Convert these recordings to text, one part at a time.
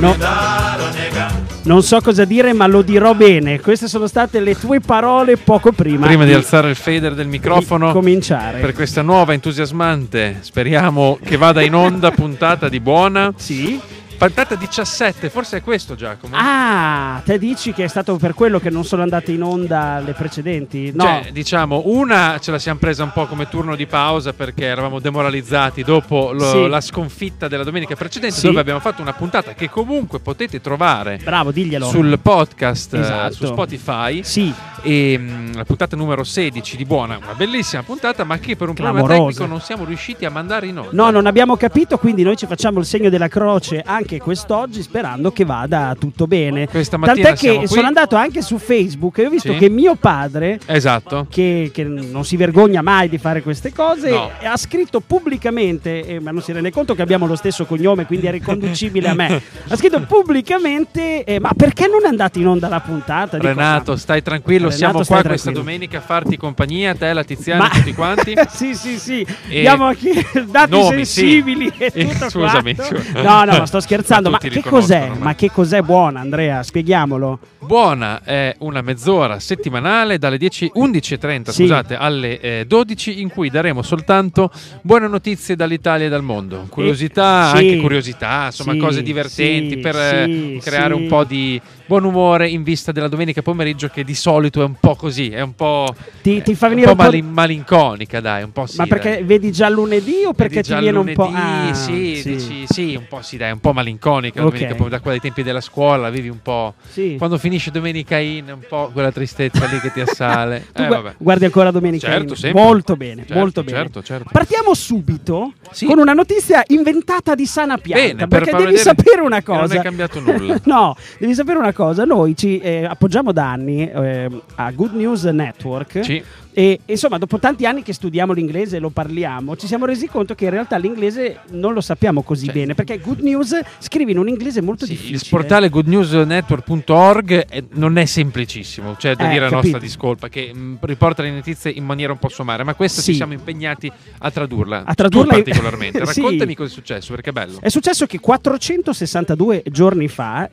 Non so cosa dire, ma lo dirò bene. Queste sono state le tue parole poco prima di alzare il fader del microfono, cominciare per questa nuova entusiasmante, speriamo che vada in onda, puntata di Buona. Sì. Puntata 17, forse è questo, Giacomo. Ah, te dici che è stato per quello che non sono andate in onda le precedenti? No. Cioè, diciamo, una ce la siamo presa un po' come turno di pausa perché eravamo demoralizzati dopo la sconfitta della domenica precedente, dove abbiamo fatto una puntata che comunque potete trovare sul podcast, su Spotify. Sì. E la puntata numero 16 di Buona, una bellissima puntata, ma che per un problema tecnico non siamo riusciti a mandare in onda. No, non abbiamo capito, quindi noi ci facciamo il segno della croce anche quest'oggi, sperando che vada tutto bene. Questa mattina tant'è che sono andato anche su Facebook e ho visto che mio padre, che non si vergogna mai di fare queste cose, ha scritto pubblicamente, ma non si rende conto che abbiamo lo stesso cognome, quindi è riconducibile a me. Ha scritto pubblicamente: ma perché non è andata in onda la puntata? Renato, stai tranquillo, siamo qua questa domenica a farti compagnia, te, la Tiziana, tutti quanti. sì. Diamo anche dati sensibili e tutto. Scusami. No, ma sto scherzando. Ma che cos'è? Ma che cos'è Buona, Andrea? Spieghiamolo. Buona è una mezz'ora settimanale dalle 11:30 scusate, alle 12, in cui daremo soltanto buone notizie dall'Italia e dal mondo. Curiosità, anche curiosità, insomma, cose divertenti per creare un po' di buon umore in vista della domenica pomeriggio, che di solito è un po' così, è un po' ti fa venire un po' malinconica, dai, un po' sì. Ma perché vedi già lunedì o perché ti viene un po'? Sì, un po' sì, dai, un po' malinconica la domenica, da qua dai tempi della scuola, vivi un po'. Sì. Quando finisce domenica in, un po' quella tristezza lì che ti assale. Guardi ancora domenica in? Sempre. Molto bene, molto bene. Certo. Partiamo subito con una notizia inventata di sana pianta. Bene, perché devi sapere una cosa. Non è cambiato nulla. No, devi sapere una cosa. Noi ci appoggiamo da anni a Good News Network. Sì. E insomma, dopo tanti anni che studiamo l'inglese e lo parliamo, ci siamo resi conto che in realtà l'inglese non lo sappiamo così bene, perché Good News scrive in un inglese molto difficile. Il portale goodnewsnetwork.org non è semplicissimo, cioè da dire la nostra discolpa, che riporta le notizie in maniera un po' sommaria, ma questa ci siamo impegnati a tradurla. Tu particolarmente. Raccontami cosa è successo, perché è bello. È successo che 462 giorni fa,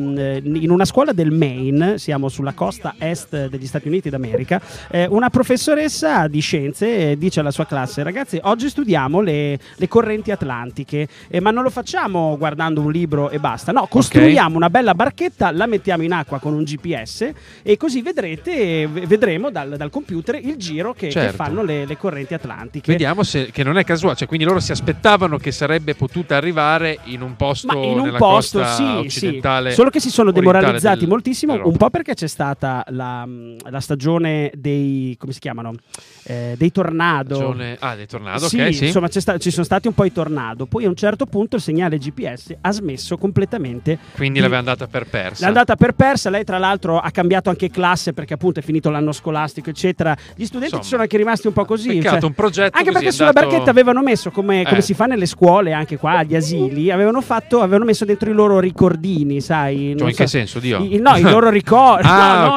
in una scuola del Maine, siamo sulla costa est degli Stati Uniti d'America, una professoressa di scienze dice alla sua classe: ragazzi, oggi studiamo le correnti atlantiche, ma non lo facciamo guardando un libro e basta, no, costruiamo una bella barchetta, la mettiamo in acqua con un GPS e così vedremo dal computer il giro che fanno le correnti atlantiche. Vediamo che non è casuale, cioè, quindi loro si aspettavano che sarebbe potuta arrivare in un posto, nella costa occidentale. Solo che si sono demoralizzati moltissimo, un po' perché c'è stata la stagione dei, come si chiamano? Dei tornado. Dei tornado, insomma ci sono stati un po' i tornado. Poi a un certo punto il segnale GPS ha smesso completamente. Quindi l'aveva andata per persa. L'è andata per persa. Lei tra l'altro ha cambiato anche classe perché appunto è finito l'anno scolastico, eccetera. Gli studenti ci sono anche rimasti un po' così. Peccato, un progetto anche perché sulla barchetta avevano messo, come si fa nelle scuole, anche qua agli asili, avevano messo dentro i loro ricordini, sai? Cioè, in che senso, Dio? I loro ricordi.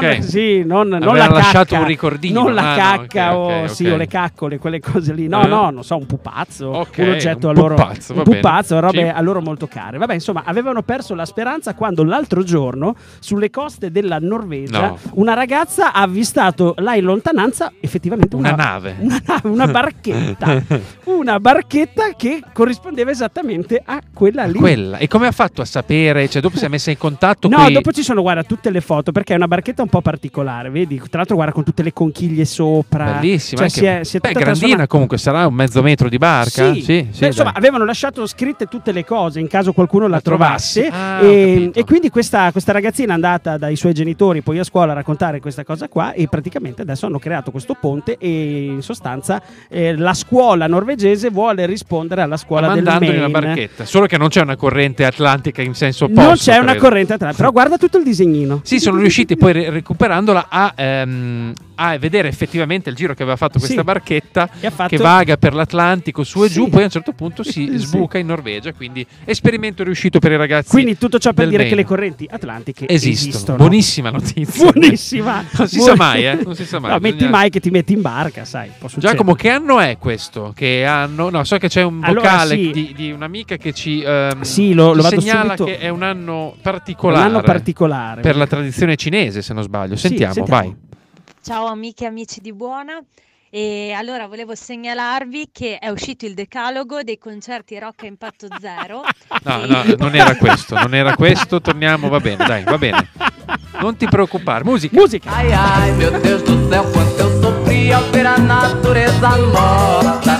Non la lasciato cacca, un ricordino. Non la cacca o le caccole, quelle cose lì. No, non so, un pupazzo, un oggetto a loro, un pupazzo, robe a loro molto care. Vabbè, insomma, avevano perso la speranza quando l'altro giorno sulle coste della Norvegia una ragazza ha avvistato là in lontananza effettivamente una nave, una barchetta, una barchetta che corrispondeva esattamente a quella lì. E come ha fatto a sapere? Cioè, dopo si è messa in contatto? Dopo ci sono, guarda, tutte le foto, perché è una barchetta un po' particolare, vedi? Tra l'altro, guarda, con tutte le conchiglie sopra. Bellissima, cioè, grandina, comunque sarà un mezzo metro di barca. Sì, insomma, avevano lasciato scritte tutte le cose in caso qualcuno la trovasse. E quindi questa ragazzina è andata dai suoi genitori poi a scuola a raccontare questa cosa qua, e praticamente adesso hanno creato questo ponte e in sostanza la scuola norvegese vuole rispondere alla scuola del Maine. Mandandogli una barchetta, solo che non c'è una corrente atlantica in senso opposto. Non c'è una corrente atlantica, però guarda tutto il disegnino. Sì, sono riusciti poi recuperandola a vedere effettivamente il giro che aveva fatto questa Sì. barchetta E ha fatto- che vaga per l'Atlantico su e Sì. giù, poi a un certo punto si Sì. sbuca in Norvegia, quindi esperimento riuscito per i ragazzi. Quindi tutto ciò per del dire che Maine. le correnti atlantiche Esistono. esistono. Buonissima notizia. Buonissima. Non si sa mai, non si sa mai. No, metti Bisogna- mai che ti metti in barca, sai, può succedere. Giacomo, che anno è questo? Che anno? No, so che c'è un Allora, vocale sì. di un'amica che ci, Sì, lo ci vado segnala subito. che è un anno Un particolare. anno particolare. Per la tradizione cinese, se non sbaglio. Sì, Sentiamo, vai. Ciao amiche e amici di Buona. E allora volevo segnalarvi che è uscito il decalogo dei concerti Rock a Impatto Zero. No, E- no, non era questo, non era questo. Torniamo, va bene, dai, va bene. Non ti preoccupare. Musica. Musica. Ai ai meu Deus do céu, quanto eu sofri ao ver a natureza morta.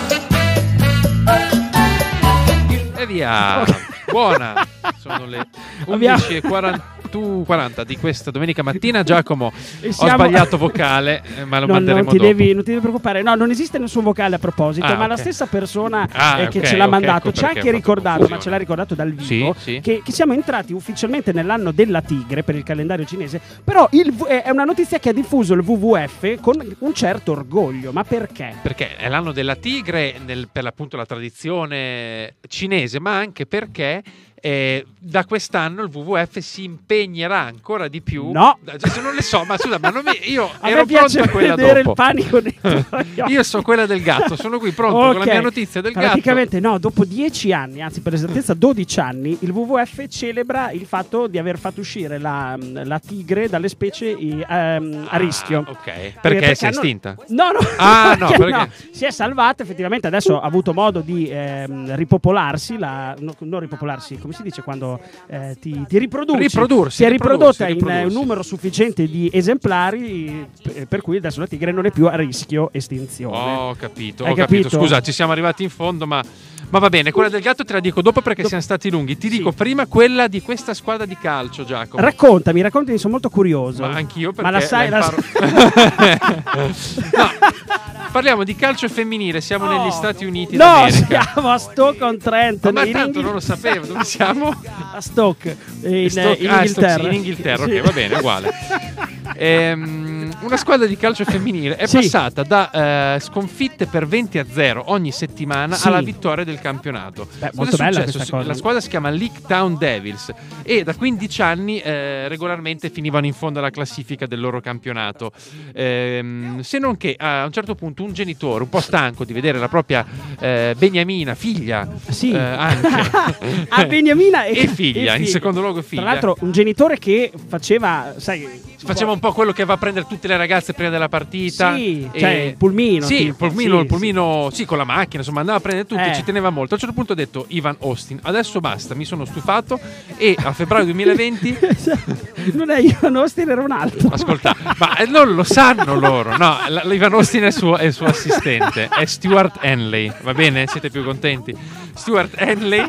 E via. Buona. Sono le Abbiamo- 11:40 di questa domenica mattina. Giacomo, E ho siamo- sbagliato vocale, ma lo No, manderemo non ti dopo. non ti devi preoccupare. No, non esiste nessun vocale a proposito, Ah, ma la ok. stessa persona che ok, ce l'ha ok, mandato ecco ci ha perché anche ho fatto ricordato, ma confusione. ce l'ha ricordato dal vivo, Sì, sì. Che siamo entrati ufficialmente nell'anno della tigre per il calendario cinese. Però è una notizia che ha diffuso il WWF con un certo orgoglio. Ma perché? Perché è l'anno della tigre per appunto la tradizione cinese, ma anche perché da quest'anno il WWF si impegnerà ancora di più. No. Cioè, non le so, ma scusa, ma io A ero me piace pronto a quella vedere dopo. il panico dentro gli occhi. Io so quella del gatto, sono qui pronto con la Ok. mia notizia del gatto. Praticamente no, dopo 10 anni, anzi per esattezza 12 anni, il WWF celebra il fatto di aver fatto uscire la tigre dalle specie a rischio. Ok, perché si è hanno- estinta? No, no, Ah, no, perché? no, si è salvata effettivamente, adesso ha avuto modo di ripopolarsi, non ripopolarsi, come si dice quando ti riproduci? Riprodursi, si è riprodotta in riprodursi. un numero sufficiente di esemplari, per cui adesso la tigre non è più a rischio estinzione. Ho capito, Hai ho capito. capito? Scusa, ci siamo arrivati in fondo, ma va bene. Quella del gatto te la dico dopo perché siamo stati lunghi. Ti Sì. dico prima quella di questa squadra di calcio, Giacomo. Raccontami, sono molto curioso. Ma anch'io perché Ma la sai, imparo. No, parliamo di calcio femminile, siamo No. negli Stati Uniti No, d'America. siamo a Stoke-on-Trent. Ma in tanto non lo sapevo, dove siamo? A Stoke, in Stoke- Inghilterra. sì, in Inghilterra, Sì. ok, va bene, uguale. Una squadra di calcio femminile è Sì. passata da sconfitte per 20-0 ogni settimana Sì. alla vittoria del campionato. Beh, Cosa molto è bella successo? questa cosa. La squadra si chiama Leek Town Devils e da 15 anni regolarmente finivano in fondo alla classifica del loro campionato. Se non che a un certo punto un genitore, un po' stanco di vedere la propria Beniamina, figlia, Sì. anche A Beniamina e figlia, in secondo luogo figlia. Tra l'altro un genitore che faceva, sai, Faceva un po' quello che va a prendere tutte le ragazze prima della partita. Sì, cioè il pulmino. Sì, tipo. il pulmino, sì, con la macchina, insomma, andava a prendere tutti, ci teneva molto. A un certo punto ho detto, Ivan Austin, adesso basta, mi sono stufato e a febbraio 2020... Non è Ivan Austin, era un altro. Ascolta, ma non lo sanno loro. No, Ivan Austin è il suo assistente, è Stuart Henley, va bene? Siete più contenti? Stuart Henley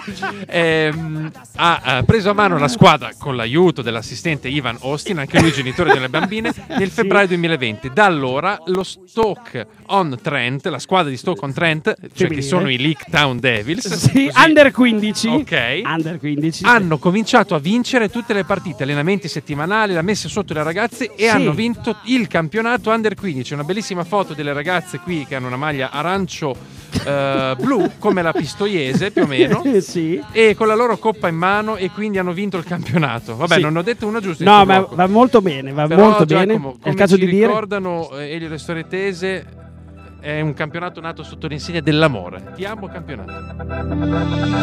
ha preso a mano la squadra con l'aiuto dell'assistente Ivan Austin, anche lui genitore delle bambine, nel febbraio 2020. Da allora lo Stoke-on-Trent, la squadra di Stoke-on-Trent, cioè Femminile. che sono i Leek Town Devils, Sì, così- under 15. Ok. Under 15. hanno cominciato a vincere tutte le partite, allenamenti settimanali, la messa sotto le ragazze e Sì. hanno vinto il campionato Under 15. Una bellissima foto delle ragazze qui che hanno una maglia arancio blu come la Pistoiese più o meno Sì. e con la loro coppa in mano e quindi hanno vinto il campionato. Vabbè, Sì. non ho detto una giusta in No, questo ma blocco. va molto bene, va Però, molto bene. Giacomo, È il come caso ci di dire. ricordano Elio Restoretese, è un campionato nato sotto l'insegna dell'amore. Ti amo campionato.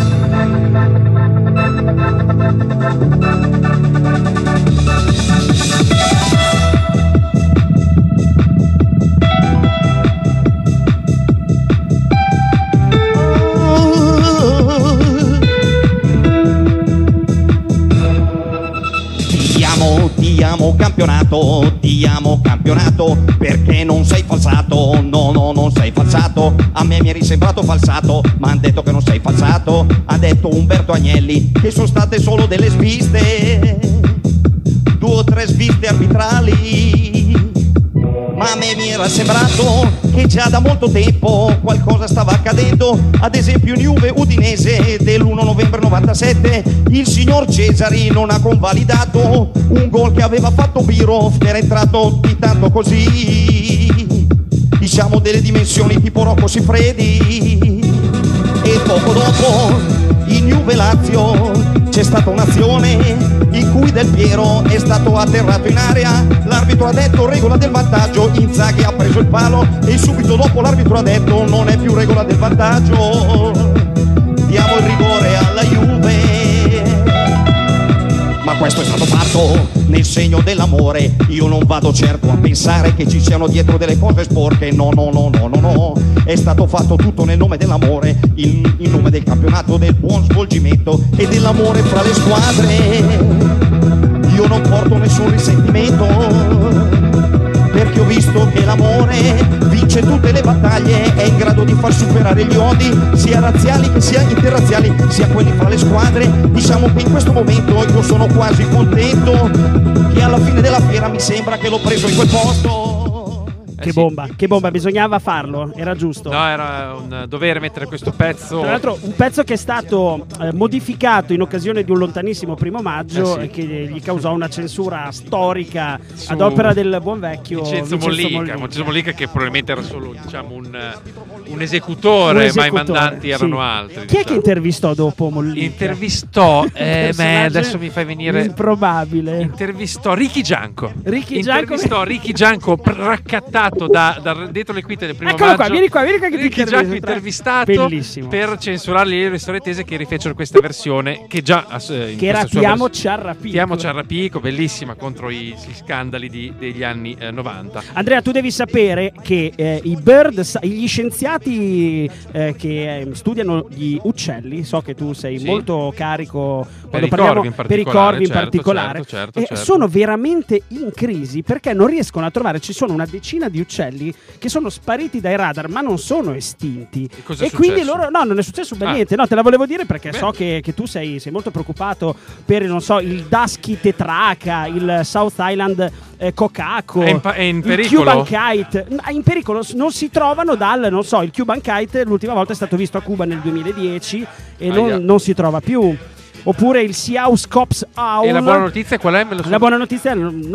Ti amo campionato, perché non sei falsato, no, non sei falsato, a me mi eri sembrato falsato, ma han detto che non sei falsato, ha detto Umberto Agnelli, che sono state solo delle sviste, 2 o 3 sviste arbitrali, ma A me mi era sembrato che già da molto tempo qualcosa stava accadendo. Ad esempio in Juve Udinese dell'1 novembre 97 il signor Cesari non ha convalidato un gol che aveva fatto Birov, che era entrato di tanto così, diciamo delle dimensioni tipo Rocco Siffredi. E poco dopo in Juve Lazio c'è stata un'azione in cui Del Piero è stato atterrato in area, l'arbitro ha detto regola del vantaggio, Inzaghi ha preso il palo e subito dopo l'arbitro ha detto non è più regola del vantaggio, diamo il rigore alla Juve. Ma questo è stato fatto nel segno dell'amore. Io non vado certo a pensare che ci siano dietro delle cose sporche. No, no, no, no, no, no. È stato fatto tutto nel nome dell'amore, in nome del campionato, del buon svolgimento e dell'amore fra le squadre. Io non porto nessun risentimento, perché ho visto che l'amore vince tutte le battaglie, è in grado di far superare gli odi, sia razziali che sia interrazziali, sia quelli fra le squadre. Diciamo che in questo momento io sono quasi contento che alla fine della fiera mi sembra che l'ho preso in quel posto. Che bomba, bisognava farlo, era giusto. No, era un dovere mettere questo pezzo. Tra l'altro un pezzo che è stato modificato in occasione di un lontanissimo 1° maggio e che gli causò una censura storica ad opera del buon vecchio Vincenzo Mollica, che probabilmente era solo, diciamo, un esecutore, ma i mandanti erano altri. Chi è che intervistò dopo Mollica? Intervistò adesso mi fai venire improbabile. Intervistò Ricky Gianco. Ricky Gianco raccattato da dietro le quinte del 1° Eccolo maggio. Qua, vieni qua che Ricky Gianco intervistato. Bellissimo. Per censurare le storie tese che rifecero questa versione che già che era Ti amo Ciarrapico, bellissima, contro gli scandali degli anni 90. Andrea, tu devi sapere che gli scienziati che studiano gli uccelli, so che tu sei molto carico per i corvi in particolare, sono veramente in crisi perché non riescono a trovare, ci sono una decina di uccelli che sono spariti dai radar ma non sono estinti e quindi loro non è successo niente. No, te la volevo dire perché so che tu sei molto preoccupato per il Dusky tetraca, il South Island cocaco, è in pericolo? Il Cuban kite è in pericolo, non si trovano il Cuban kite l'ultima volta è stato visto a Cuba nel 2010 e non si trova più. Oppure il Siauscops Owl. E la buona notizia qual è? La buona notizia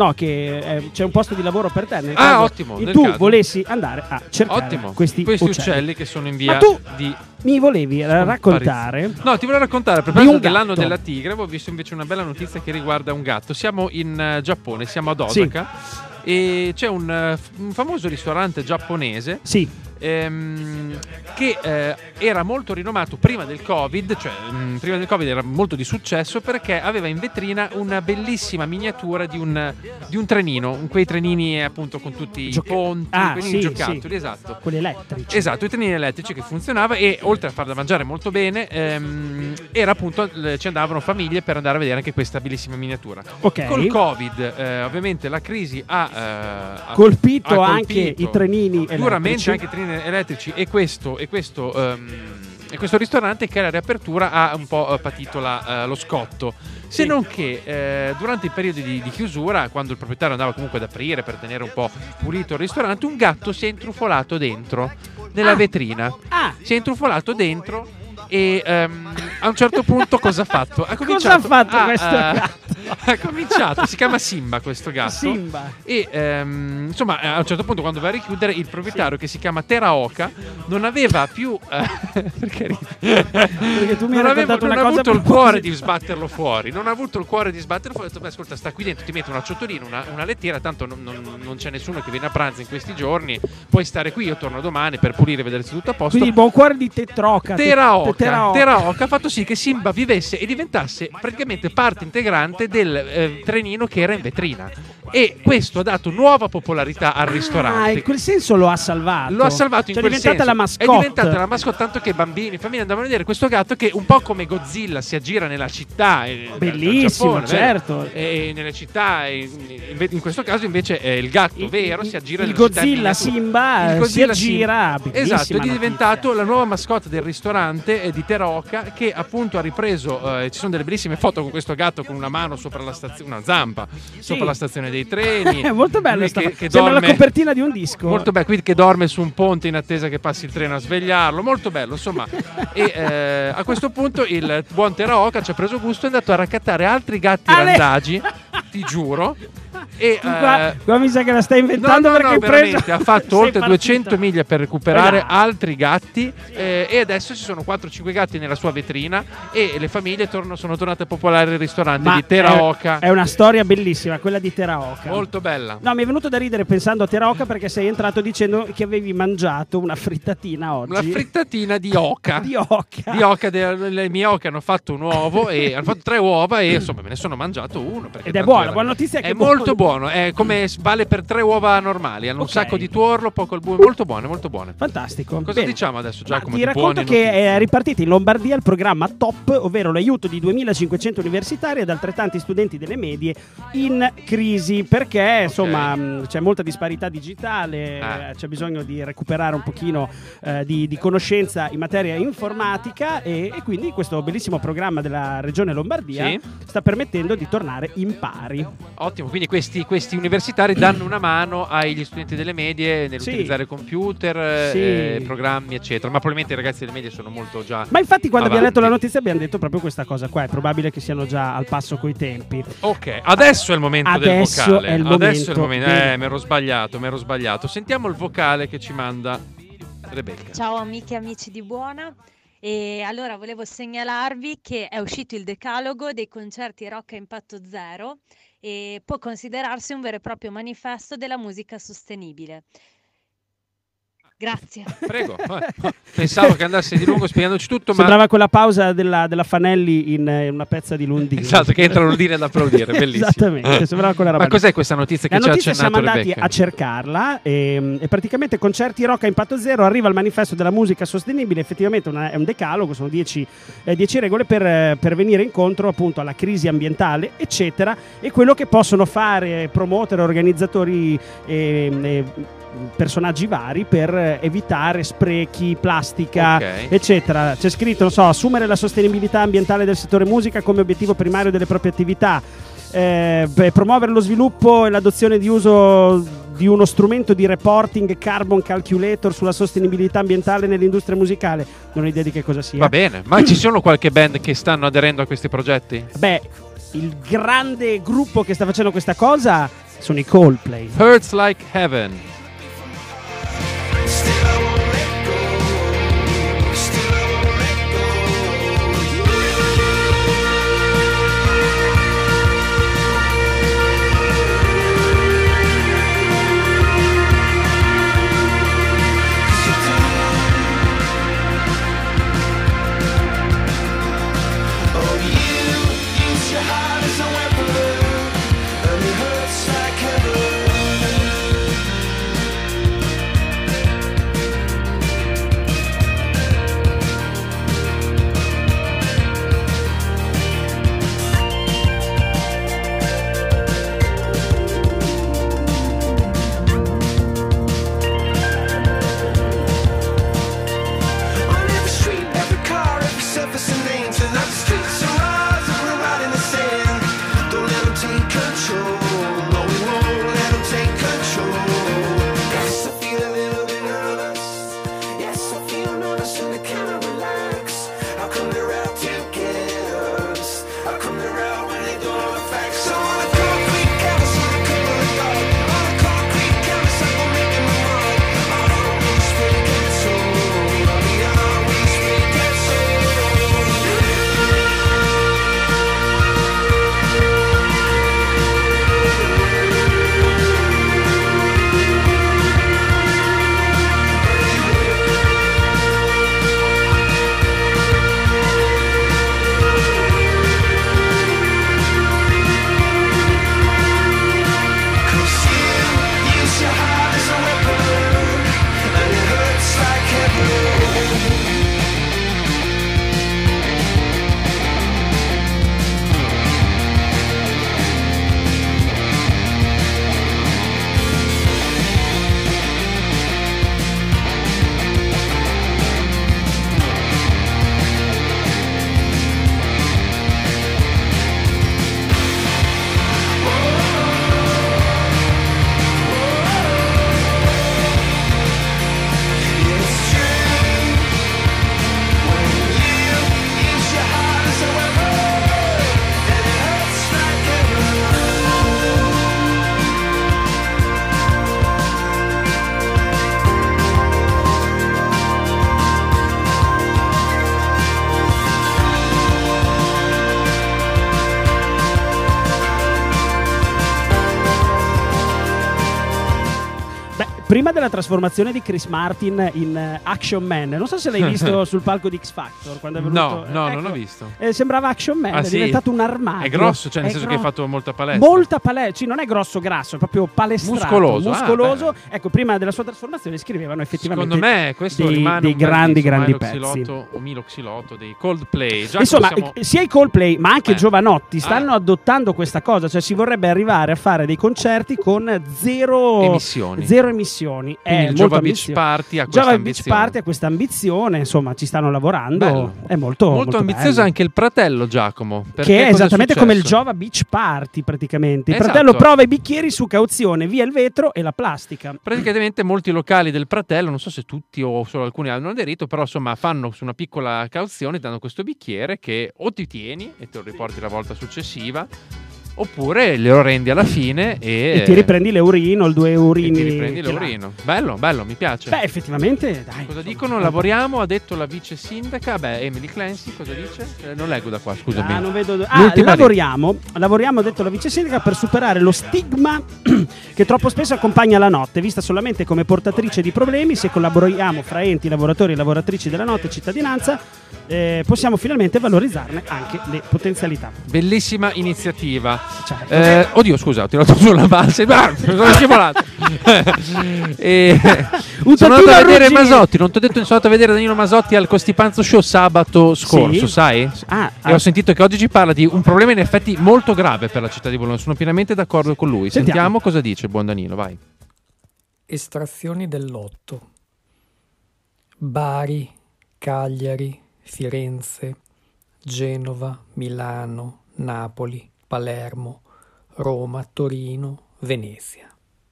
che c'è un posto di lavoro per te nel caso ottimo, e tu volessi andare a cercare questi uccelli che sono in via di mi volevi raccontare? No, ti volevo raccontare dell'anno della tigre. Avevo visto invece una bella notizia che riguarda un gatto. Siamo in Giappone, siamo ad Osaka e c'è un famoso ristorante giapponese che era molto rinomato prima del Covid, prima del Covid era molto di successo perché aveva in vetrina una bellissima miniatura di un trenino, quei trenini appunto con tutti i ponti, quei giocattoli, esatto. Quelli elettrici. Esatto, i trenini elettrici che funzionava e oltre a far da mangiare molto bene, era appunto ci andavano famiglie per andare a vedere anche questa bellissima miniatura. Col Covid ovviamente la crisi ha colpito anche i trenini duramente anche i trenini elettrici e questo ristorante che alla riapertura ha un po' patito lo scotto, se non che durante i periodi di chiusura, quando il proprietario andava comunque ad aprire per tenere un po' pulito il ristorante, un gatto si è intrufolato dentro nella vetrina, si è intrufolato dentro e a un certo punto cosa ha fatto? Cosa ha fatto questo gatto? Ha cominciato, si chiama Simba questo gatto. E insomma a un certo punto quando va a richiudere il proprietario che si chiama Teraoka non aveva più perché tu mi hai raccontato una cosa, non ha avuto il cuore di sbatterlo fuori, ha detto beh ascolta, sta qui dentro, ti metto una ciotolina, una lettiera, tanto non c'è nessuno che viene a pranzo in questi giorni, puoi stare qui, io torno domani per pulire e vedere se tutto a posto. Quindi il buon cuore di Teraoka ha fatto sì che Simba vivesse e diventasse praticamente parte integrante del trenino che era in vetrina e questo ha dato nuova popolarità al ristorante. In quel senso lo ha salvato. Lo ha salvato in quel senso. È diventata la mascotte, tanto che bambini e famiglie andavano a vedere questo gatto che un po' come Godzilla si aggira nella città. Bellissimo, Giappone, certo. E nelle città, in questo caso invece il gatto vero si aggira nella Godzilla città. Simba si aggira. Esatto, è diventato la nuova mascotte del ristorante di Teraoka che appunto ha ripreso, ci sono delle bellissime foto con questo gatto con una mano sopra la stazione, una zampa sopra la stazione dei treni. Molto bello, che sembra dorme, la copertina di un disco. molto bello, qui che dorme su un ponte in attesa che passi il treno a svegliarlo, molto bello insomma. E a questo punto il buon Teraoka ci ha preso gusto e è andato a raccattare altri gatti randagi, ti giuro. E qua mi sa che la stai inventando, no, perché hai veramente preso ha fatto oltre Sei 200 partito. miglia per recuperare Dai. altri gatti, e adesso ci sono 4-5 gatti nella sua vetrina e le famiglie sono tornate a popolare il ristorante Ma di Teraoka. è una storia bellissima quella di Teraoka. Molto bella. No, mi è venuto da ridere pensando a Teraoka, perché sei entrato dicendo che avevi mangiato una frittatina oggi. Una frittatina di oca. Di oca. Di oca, le mie oche hanno fatto un uovo e hanno fatto 3 uova e insomma me ne sono mangiato uno. Ed è buono, buona notizia che è molto buono, è come vale per 3 uova normali, hanno un sacco di tuorlo, poco albume, molto buone, molto buone. Fantastico. Cosa Bene. diciamo adesso, Giacomo? Ti di racconto buone che notizie? è ripartito in Lombardia il programma TOP, ovvero l'aiuto di 2500 universitari ed altrettanti studenti delle medie in crisi, perché insomma c'è molta disparità digitale, c'è bisogno di recuperare un pochino di conoscenza in materia informatica e quindi questo bellissimo programma della regione Lombardia sta permettendo di tornare in pari. Ottimo, quindi questi universitari danno una mano agli studenti delle medie nell'utilizzare computer, programmi eccetera, ma probabilmente i ragazzi delle medie sono molto già Ma infatti quando abbiamo avanti. letto la notizia abbiamo detto proprio questa cosa qua, è probabile che siano già al passo coi tempi. Ok, adesso è il momento del Adesso vocale. è il Adesso è il momento. momento. Mi ero sbagliato. Sentiamo il vocale che ci manda Rebecca. Ciao amiche e amici di Buona. E allora volevo segnalarvi che è uscito il decalogo dei concerti rock a impatto zero e può considerarsi un vero e proprio manifesto della musica sostenibile. Grazie. Prego. Pensavo che andasse di lungo spiegandoci tutto, Sembrava quella pausa della Fanelli in una pezza di Lundini. Esatto, che entra Lundini ad applaudire, bellissimo. Esattamente, sembrava quella roba. Ma cos'è questa notizia che La ci ha notizia accennato siamo andati Rebecca? a cercarla e praticamente concerti rock a impatto zero, arriva il manifesto della musica sostenibile, effettivamente è un decalogo, sono 10 regole per venire incontro appunto alla crisi ambientale eccetera, e quello che possono fare promoter, organizzatori personaggi vari per evitare sprechi, plastica eccetera. C'è scritto, non so, assumere la sostenibilità ambientale del settore musica come obiettivo primario delle proprie attività, promuovere lo sviluppo e l'adozione di uso di uno strumento di reporting carbon calculator sulla sostenibilità ambientale nell'industria musicale. Non ho idea di che cosa sia. Va bene, ma ci sono qualche band che stanno aderendo a questi progetti? Beh, il grande gruppo che sta facendo questa cosa sono i Coldplay. Hurts Like Heaven. prima della trasformazione di Chris Martin in Action Man. Non so se l'hai visto sul palco di X Factor quando è venuto. No, non l'ho visto. Sembrava Action Man, è diventato un armadio. È grosso, cioè nel senso che hai fatto molta palestra. Molta palestra, sì, non è grosso grasso, è proprio palestrato, muscoloso. Ecco, prima della sua trasformazione scrivevano effettivamente. Secondo me questo rimane dei grandi pezzi. O Milo Xilotto dei Coldplay. Insomma, sia i Coldplay ma anche Giovanotti stanno adottando questa cosa, cioè si vorrebbe arrivare a fare dei concerti con zero emissioni. Quindi il Jova Beach Party ha questa ambizione, insomma ci stanno lavorando. Bello. È molto ambizioso bello. Anche il fratello Giacomo, che è esattamente come il Jova Beach Party praticamente. Il fratello prova i bicchieri su cauzione, via il vetro e la plastica. Praticamente molti locali del fratello, non so se tutti o solo alcuni hanno aderito, però insomma fanno su una piccola cauzione, danno questo bicchiere che o ti tieni e te lo riporti la volta successiva, oppure lo rendi alla fine e ti riprendi l'eurino, il 2 eurini. Ti riprendi l'eurino. Bello, mi piace. Beh, effettivamente, dai. Cosa dicono? Lavoriamo, ha detto la vice sindaca. Emily Clancy, cosa dice? Non leggo da qua, scusami. Non vedo. Lavoriamo, ha detto la vice sindaca, per superare lo stigma che troppo spesso accompagna la notte, vista solamente come portatrice di problemi. Se collaboriamo fra enti, lavoratori e lavoratrici della notte e cittadinanza, possiamo finalmente valorizzarne anche le potenzialità. Bellissima iniziativa. Certo. Oddio, scusa, ho tirato sulla base. Sono scivolato. Sono andato a vedere Masotti. Non ti ho detto che sono andato a vedere Danilo Masotti al Costipanzo Show sabato scorso, sai? E ho sentito che oggi ci parla di un problema in effetti molto grave per la città di Bologna. Sono pienamente d'accordo con lui. Sentiamo cosa dice il buon Danilo, vai. Estrazioni del lotto. Bari, Cagliari, Firenze, Genova, Milano, Napoli, Palermo, Roma, Torino, Venezia.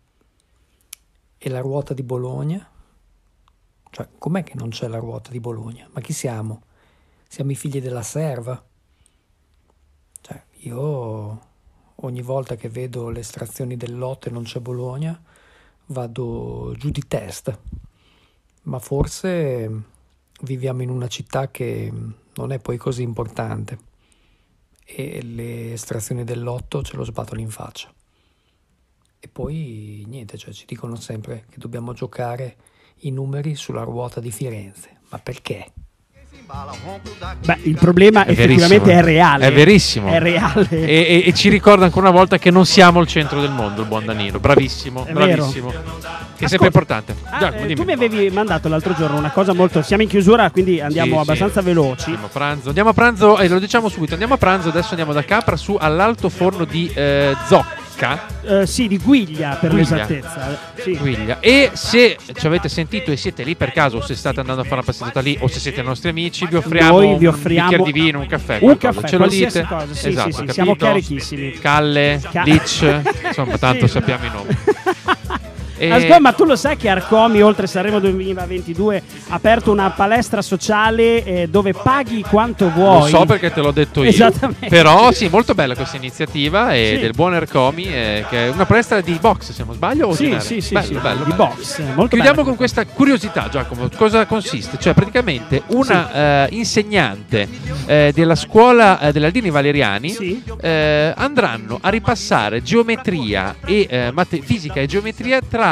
E la ruota di Bologna? Cioè, com'è che non c'è la ruota di Bologna? Ma chi siamo? Siamo i figli della serva? Cioè, io ogni volta che vedo le estrazioni del lotto e non c'è Bologna vado giù di testa. Ma forse viviamo in una città che non è poi così importante e le estrazioni del lotto ce lo sbattono in faccia. E poi niente, cioè ci dicono sempre che dobbiamo giocare i numeri sulla ruota di Firenze. Ma perché? Beh, il problema effettivamente è reale. È verissimo. È reale. E ci ricorda ancora una volta che non siamo il centro del mondo, il buon Danilo. Bravissimo, bravissimo. Che è sempre importante. Tu mi avevi mandato l'altro giorno una cosa molto. Siamo in chiusura, quindi andiamo abbastanza veloci. Andiamo a pranzo, e lo diciamo subito. Andiamo a pranzo, adesso andiamo da Capra su all'alto forno di Zocca. Sì, di Guiglia per l'esattezza. Sì. Guiglia. E se ci avete sentito e siete lì per caso, o se state andando a fare una passeggiata lì, o se siete nostri amici, vi offriamo un bicchiere di vino, un caffè. Ce lo dite? Cosa. Sì, esatto, sì, siamo carichissimi. Calle, Lich, insomma, tanto sappiamo i nomi. Ascolta, ma tu lo sai che Arcomi, oltre Sanremo 2022, ha aperto una palestra sociale dove paghi quanto vuoi? Lo so perché te l'ho detto io. Esattamente. Però sì, molto bella questa iniziativa del buon Arcomi, che è una palestra di box, se non sbaglio. O sì, bello. Di box. Molto Chiudiamo bello. con questa curiosità, Giacomo. Cosa consiste? Cioè praticamente una insegnante della scuola dell'Aldini Valeriani andranno a ripassare geometria e fisica e geometria tra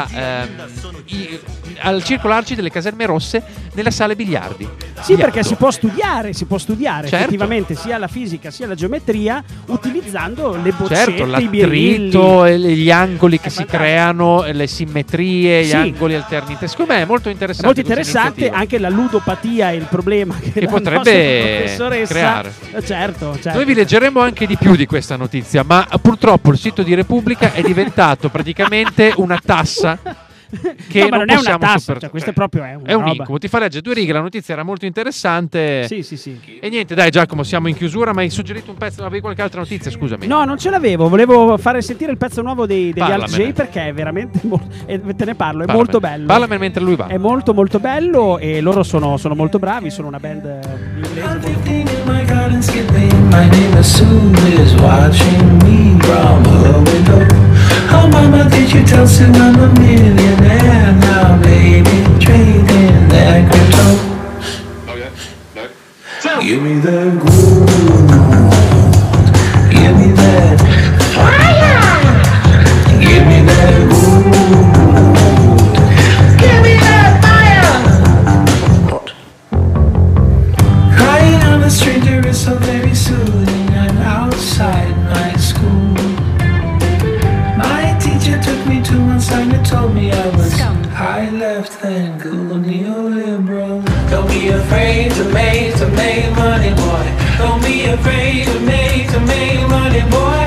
al Circolo Arci delle Caserme Rosse nella sala biliardi. Sì, perché si può studiare certo. effettivamente sia la fisica sia la geometria utilizzando le boccette, l'attrito, gli angoli che si creano, le simmetrie, gli angoli alterni. Secondo me è molto interessante. Molto interessante anche la ludopatia e il problema che potrebbe professoressa creare. Certo. Noi vi leggeremo anche di più di questa notizia, ma purtroppo il sito di Repubblica è diventato praticamente una tassa che ma non è una tassa, cioè, questo è proprio un incubo. Ti fa leggere 2 righe, la notizia era molto interessante. Sì. E niente, dai Giacomo, siamo in chiusura, ma hai suggerito un pezzo, avevi qualche altra notizia, scusami? No, non ce l'avevo, volevo fare sentire il pezzo nuovo degli Alt-J perché è veramente te ne parlo, è molto bello. Parlamene mentre lui va. È molto molto bello e loro sono molto bravi, sono una band inglese. Oh mama, did you tell Sue I'm a millionaire now, baby, trading that crypto. Give me that gold, give me that fire, give me that gold, afraid to make money, boy.